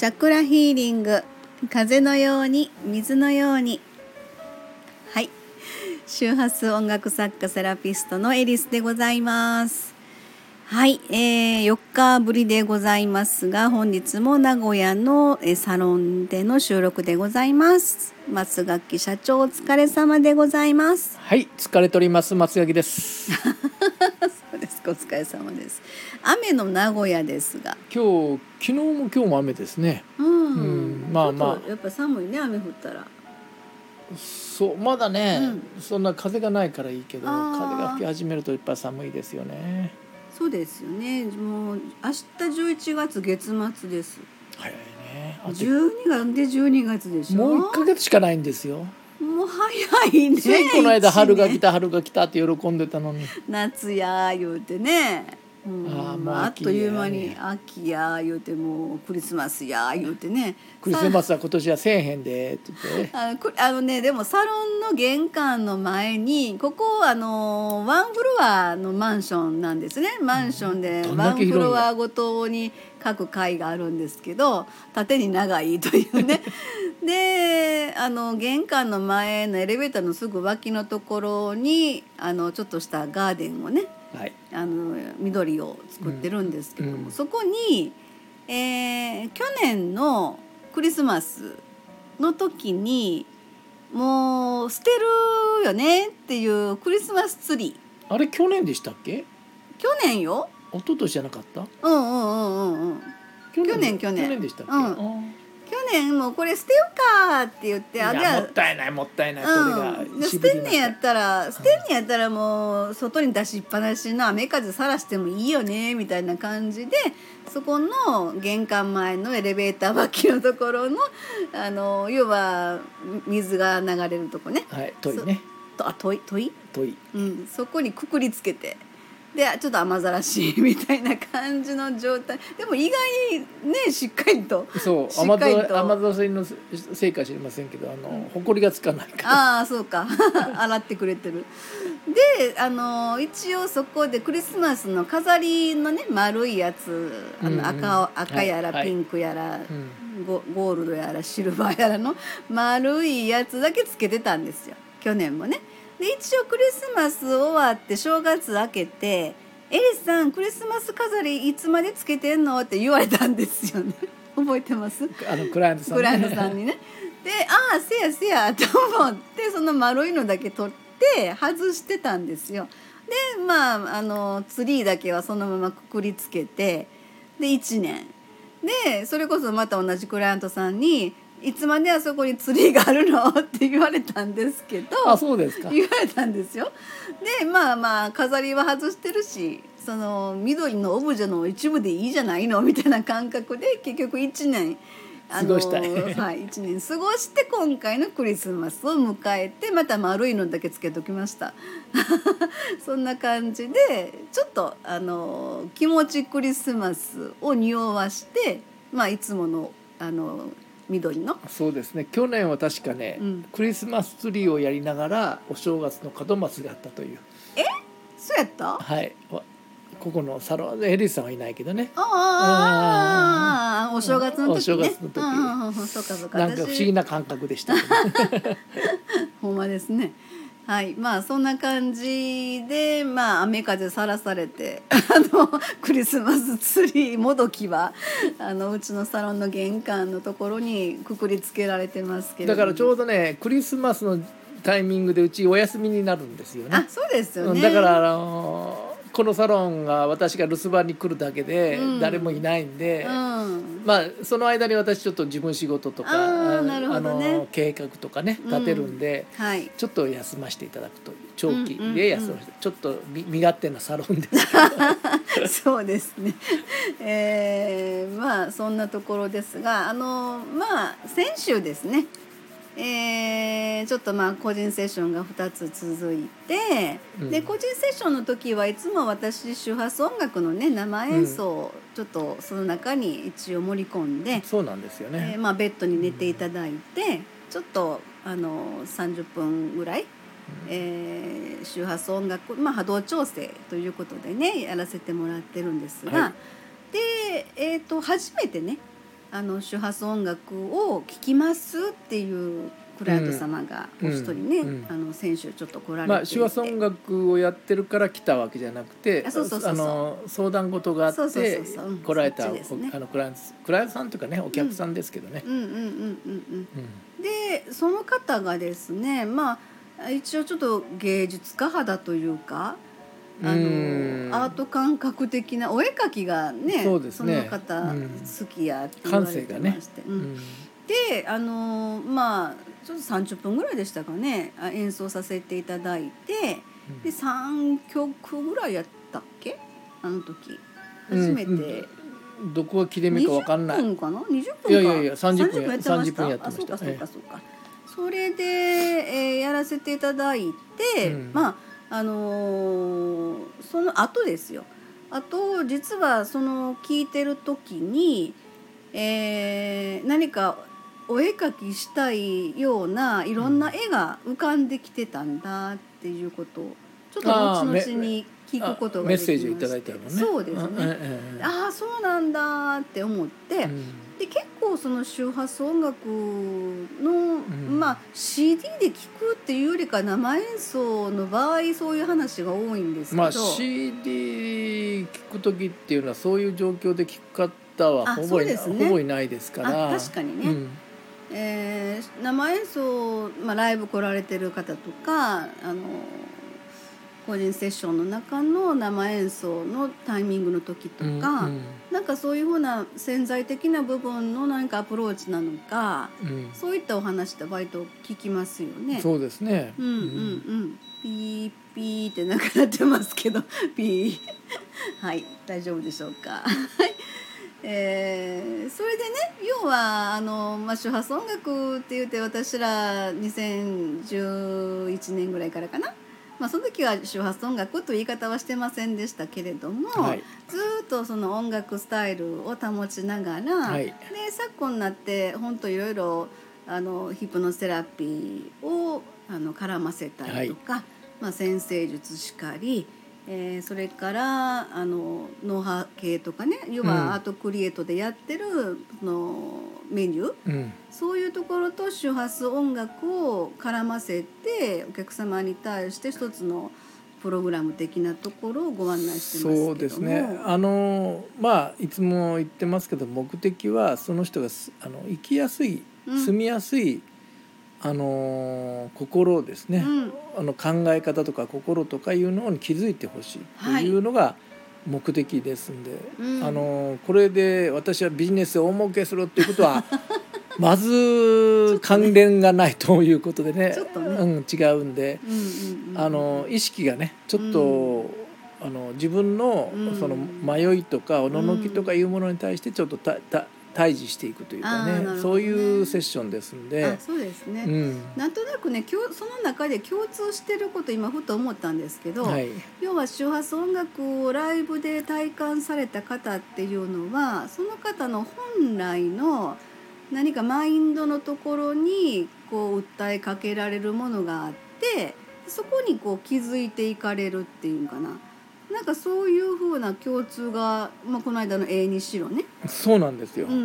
チャクラヒーリング、風のように水のように。はい、周波数音楽作家セラピストのエリスでございます。はい、4日ぶりでございますが、本日も名古屋のサロンでの収録でございます。松垣社長、お疲れ様でございます。 はい、疲れております松垣ですそうですか、お疲れ様です。雨の名古屋ですが、 昨日も雨ですね。まあまあやっぱ寒いね、雨降ったら。 そうまだね、そんな風がないからいいけど、風が吹き始めるとやっぱ寒いですよね。 そうですよね。もう明日11月月末です。 早いね。 12月で12月でしょ。 もう1ヶ月しかないんですよ。 もう早いね。 ついこの間春が来たって喜んでたのに、 夏や言うてね、 もうあっという間に秋や言うて、もうクリスマスや言うてね。 クリスマスは今年はせえへんでって言ってでもサロンの玄関の前に、ここワンフロアのマンションなんですね。マンションでワンフロアごとに各階があるんですけど、縦に長いというねで玄関の前のエレベーターのすぐ脇のところにちょっとしたガーデンをね、 はい、 緑を作ってるんですけども、そこに、去年のクリスマスの時にもう捨てるよねっていうクリスマスツリー。 あれ去年でしたっけ？ 去年よ。 一昨年じゃなかった？ 去年でしたっけ？ 去年もこれ捨てようかって言って、 もったいない捨てんねやったらもう外に出しっぱなしの雨風さらしてもいいよねみたいな感じで、そこの玄関前のエレベーター脇のところの要は水が流れるとこね、 はい、問いね、 問い、そこにくくりつけて、でちょっと雨ざらしみたいな感じの状態でも意外にね、しっかりと雨ざらしのせいか知りませんけど、ほこりがつかないから。 そうか洗ってくれてる。で一応そこでクリスマスの飾りのね、丸いやつ、赤やらピンクやら、ゴールドやらシルバーやらの丸いやつだけつけてたんですよ、去年もね。で一応クリスマス終わって正月明けて「エリスさん、クリスマス飾りいつまでつけてんの？」って言われたんですよね覚えてます？ クライアントさんにね。でせやと思って、その丸いのだけ取って外してたんですよ。でツリーだけはそのままくくりつけて、で1年で、それこそまた同じクライアントさんに「いつまであそこにツリーがあるの？」って言われたんですけど。 そうですか。 言われたんですよ。で飾りは外してるし、その緑のオブジェの一部でいいじゃないのみたいな感覚で、結局1年過ごしたい 1年過ごして、今回のクリスマスを迎えて、また丸いのだけつけときましたそんな感じで、ちょっと気持ちクリスマスを匂わして、いつもの緑の。 そうですね、去年は確かね、クリスマスツリーをやりながらお正月の門松があったという。 そうやった？ はい、ここのサロンでエリスさんはいないけどね。 お正月の時ね。そうか、 なんか不思議な感覚でしたけどほんまですね。はい、そんな感じで、雨風さらされてクリスマスツリーもどきはうちのサロンの玄関のところにくくりつけられてますけど、 だからちょうどね、クリスマスのタイミングでうちお休みになるんですよね。 そうですよね。 だからこのサロンが私が留守番に来るだけで誰もいないんで、その間に私ちょっと自分仕事とか計画とかね立てるんで、ちょっと休ませていただくという、長期で休ませて、ちょっと身勝手なサロンですそうですね。そんなところですが、先週ですね、ちょっと個人セッションが2つ続いて、で個人セッションの時はいつも私周波数音楽のね、生演奏をちょっとその中に一応盛り込んで、 そうなんですよね。 ベッドに寝ていただいて、ちょっと30分ぐらい、周波数音楽、波動調整ということでねやらせてもらってるんですが、で初めてね周波数音楽を聴きますっていうクライアント様がお一人ね、先週ちょっと来られていて、 周波数音楽をやってるから来たわけじゃなくて、相談事があって来られたクライアントさんというかね、お客さんですけどね。 でその方がですね、一応ちょっと芸術家肌というかアート感覚的なお絵描きがね、その方好きやって言われてまして、でちょっと30分ぐらいでしたかね、演奏させていただいて、で3曲ぐらいやったっけ、あの時初めて、 どこが切れ目か分かんない。 20分かな、20分か、 いや30分やってました。 そうか。それで、やらせていただいて、その後ですよ。あと実はその聞いてる時に、何かお絵描きしたいようないろんな絵が浮かんできてたんだっていうことをちょっと後々に聞くことができまして、 メッセージをいただいたのね。 そうですね、そうなんだって思って、で結構その周波数音楽の、CD で聴くっていうよりか生演奏の場合そういう話が多いんですけど、 CD 聴く時っていうのはそういう状況で聴く方はほぼいないですから。 確かにね、生演奏、ライブ来られてる方とか個人セッションの中の生演奏のタイミングの時とか、なんかそういうふうな潜在的な部分の何かアプローチなのか、そういったお話って割と聞きますよね。 そうですね。 ピーピーってなくなってますけどピーはい大丈夫でしょうかそれでね、要は周波数音楽って言って私ら2011年ぐらいからかな、その時は周波数音楽という言い方はしてませんでしたけれども、ずっとその音楽スタイルを保ちながら、で昨今になって本当いろいろヒプノセラピーを絡ませたりとか、占星術しかり、それから脳波系とかね、要はアートクリエイトでやってるメニュー、そういうところと周波数音楽を絡ませてお客様に対して一つのプログラム的なところをご案内してますけども。 そうですね。いつも言ってますけど、目的はその人が生きやすい、住みやすい心ですね、考え方とか心とかいうのに気づいてほしいっていうのが目的ですんで、これで私はビジネスで大儲けするっていうことはまず関連がないということでね、違うんで、意識がねちょっと、自分のその迷いとかおののきとかいうものに対してちょっと対峙していくというかね、そういうセッションですんで。 そうですね、なんとなくねその中で共通してること今ふと思ったんですけど、要は周波数音楽をライブで体感された方っていうのはその方の本来の何かマインドのところにこう訴えかけられるものがあって、そこにこう気づいていかれるっていうかな、なんかそういうふうな共通が、この間の絵にしろね。 そうなんですよ。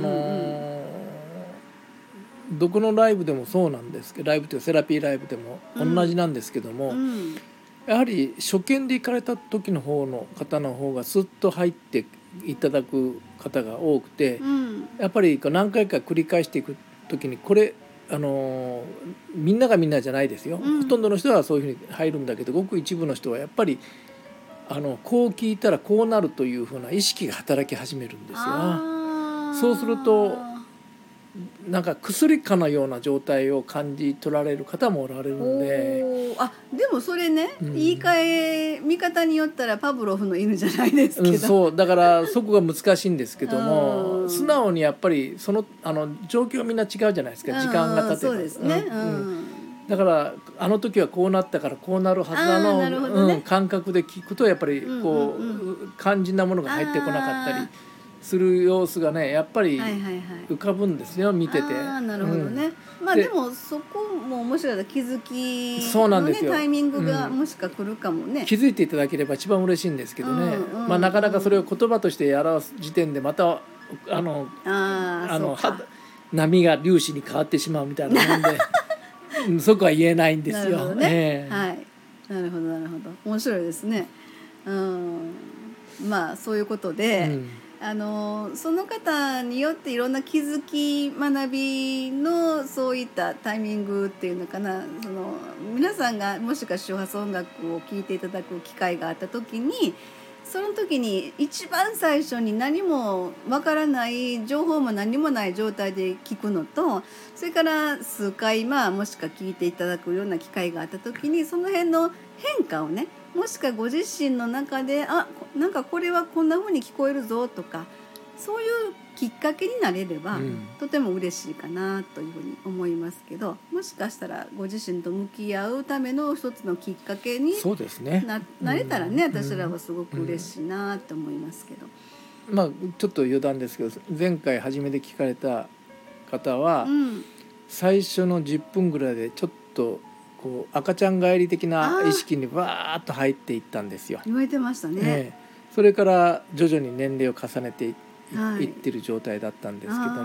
どこのライブでもそうなんですけど、ライブというセラピーライブでも同じなんですけども、やはり初見で行かれた時の方がスッと入っていただく方が多くて、やっぱり何回か繰り返していく時にこれみんながみんなじゃないですよ、ほとんどの人はそういうふうに入るんだけど、ごく一部の人はやっぱりこう聞いたらこうなるというふうな意識が働き始めるんですよ。そうするとなんか薬かのような状態を感じ取られる方もおられるんで。 でもそれね、言い換え見方によったらパブロフの犬じゃないですけど、 そうだからそこが難しいんですけども素直にやっぱり状況みんな違うじゃないですか、時間が経てば。 そうですね、 だから時はこうなったからこうなるはずの感覚で聞くとやっぱりこう肝心なものが入ってこなかったりする様子がねやっぱり浮かぶんですよ、見てて。 なるほどね。でもそこももしかしたら気づきのねタイミングがもしか来るかもね。 気づいていただければ一番嬉しいんですけどね、なかなかそれを言葉としてやらす時点でまた波が粒子に変わってしまうみたいなもんでそこは言えないんですよ。 なるほどね、はい、なるほどなるほど、面白いですね。まあそういうことで、その方によっていろんな気づき学びのそういったタイミングっていうのかな、皆さんがもしか周波数音楽を聴いていただく機会があった時に、その時に一番最初に何もわからない情報も何もない状態で聞くのと、それから数回もしか聞いていただくような機会があった時に、その辺の変化をね、もしかご自身の中でなんかこれはこんな風に聞こえるぞとか、そういうきっかけになれれば、とても嬉しいかなというふうに思いますけど、もしかしたらご自身と向き合うための一つのきっかけに なれたらね、私らはすごく嬉しいなと思いますけど、 ちょっと余談ですけど、前回初めて聞かれた方は、最初の10分ぐらいでちょっとこう赤ちゃん帰り的な意識にバーッと入っていったんですよ。 言われてましたね。 それから徐々に年齢を重ねていってる状態だったんですけど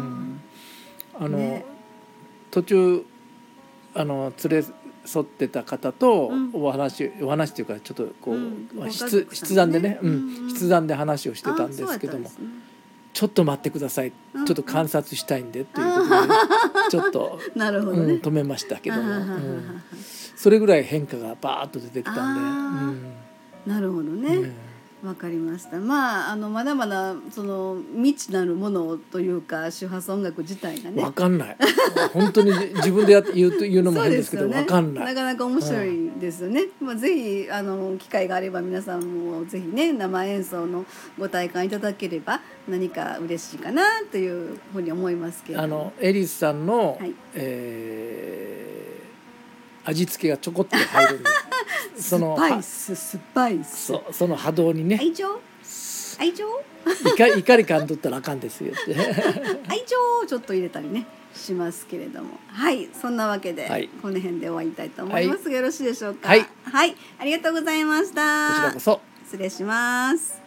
も、途中連れ添ってた方とお話というか、ちょっとこう、筆談でね、筆談で話をしてたんですけども、ちょっと待ってください、ちょっと観察したいんでということでちょっとなるほど、ね、 止めましたけども、それぐらい変化がバーッと出てきたんで、 なるほどね、わかりました。まだまだその未知なるものというか、周波数音楽自体がね、 わかんない本当に自分で言うのも変ですけど、わかんない。 なかなか面白いですよね。ぜひ機会があれば皆さんもぜひね、生演奏のご体感いただければ何か嬉しいかなというふうに思いますけど、 エリスさんの、味付けがちょこっと入るんですスパイスその波動にね、 愛情怒り感取ったらあかんですよって愛情をちょっと入れたりねしますけれども、そんなわけで、この辺で終わりたいと思いますが、よろしいでしょうか。ありがとうございました。 こちらこそ失礼します。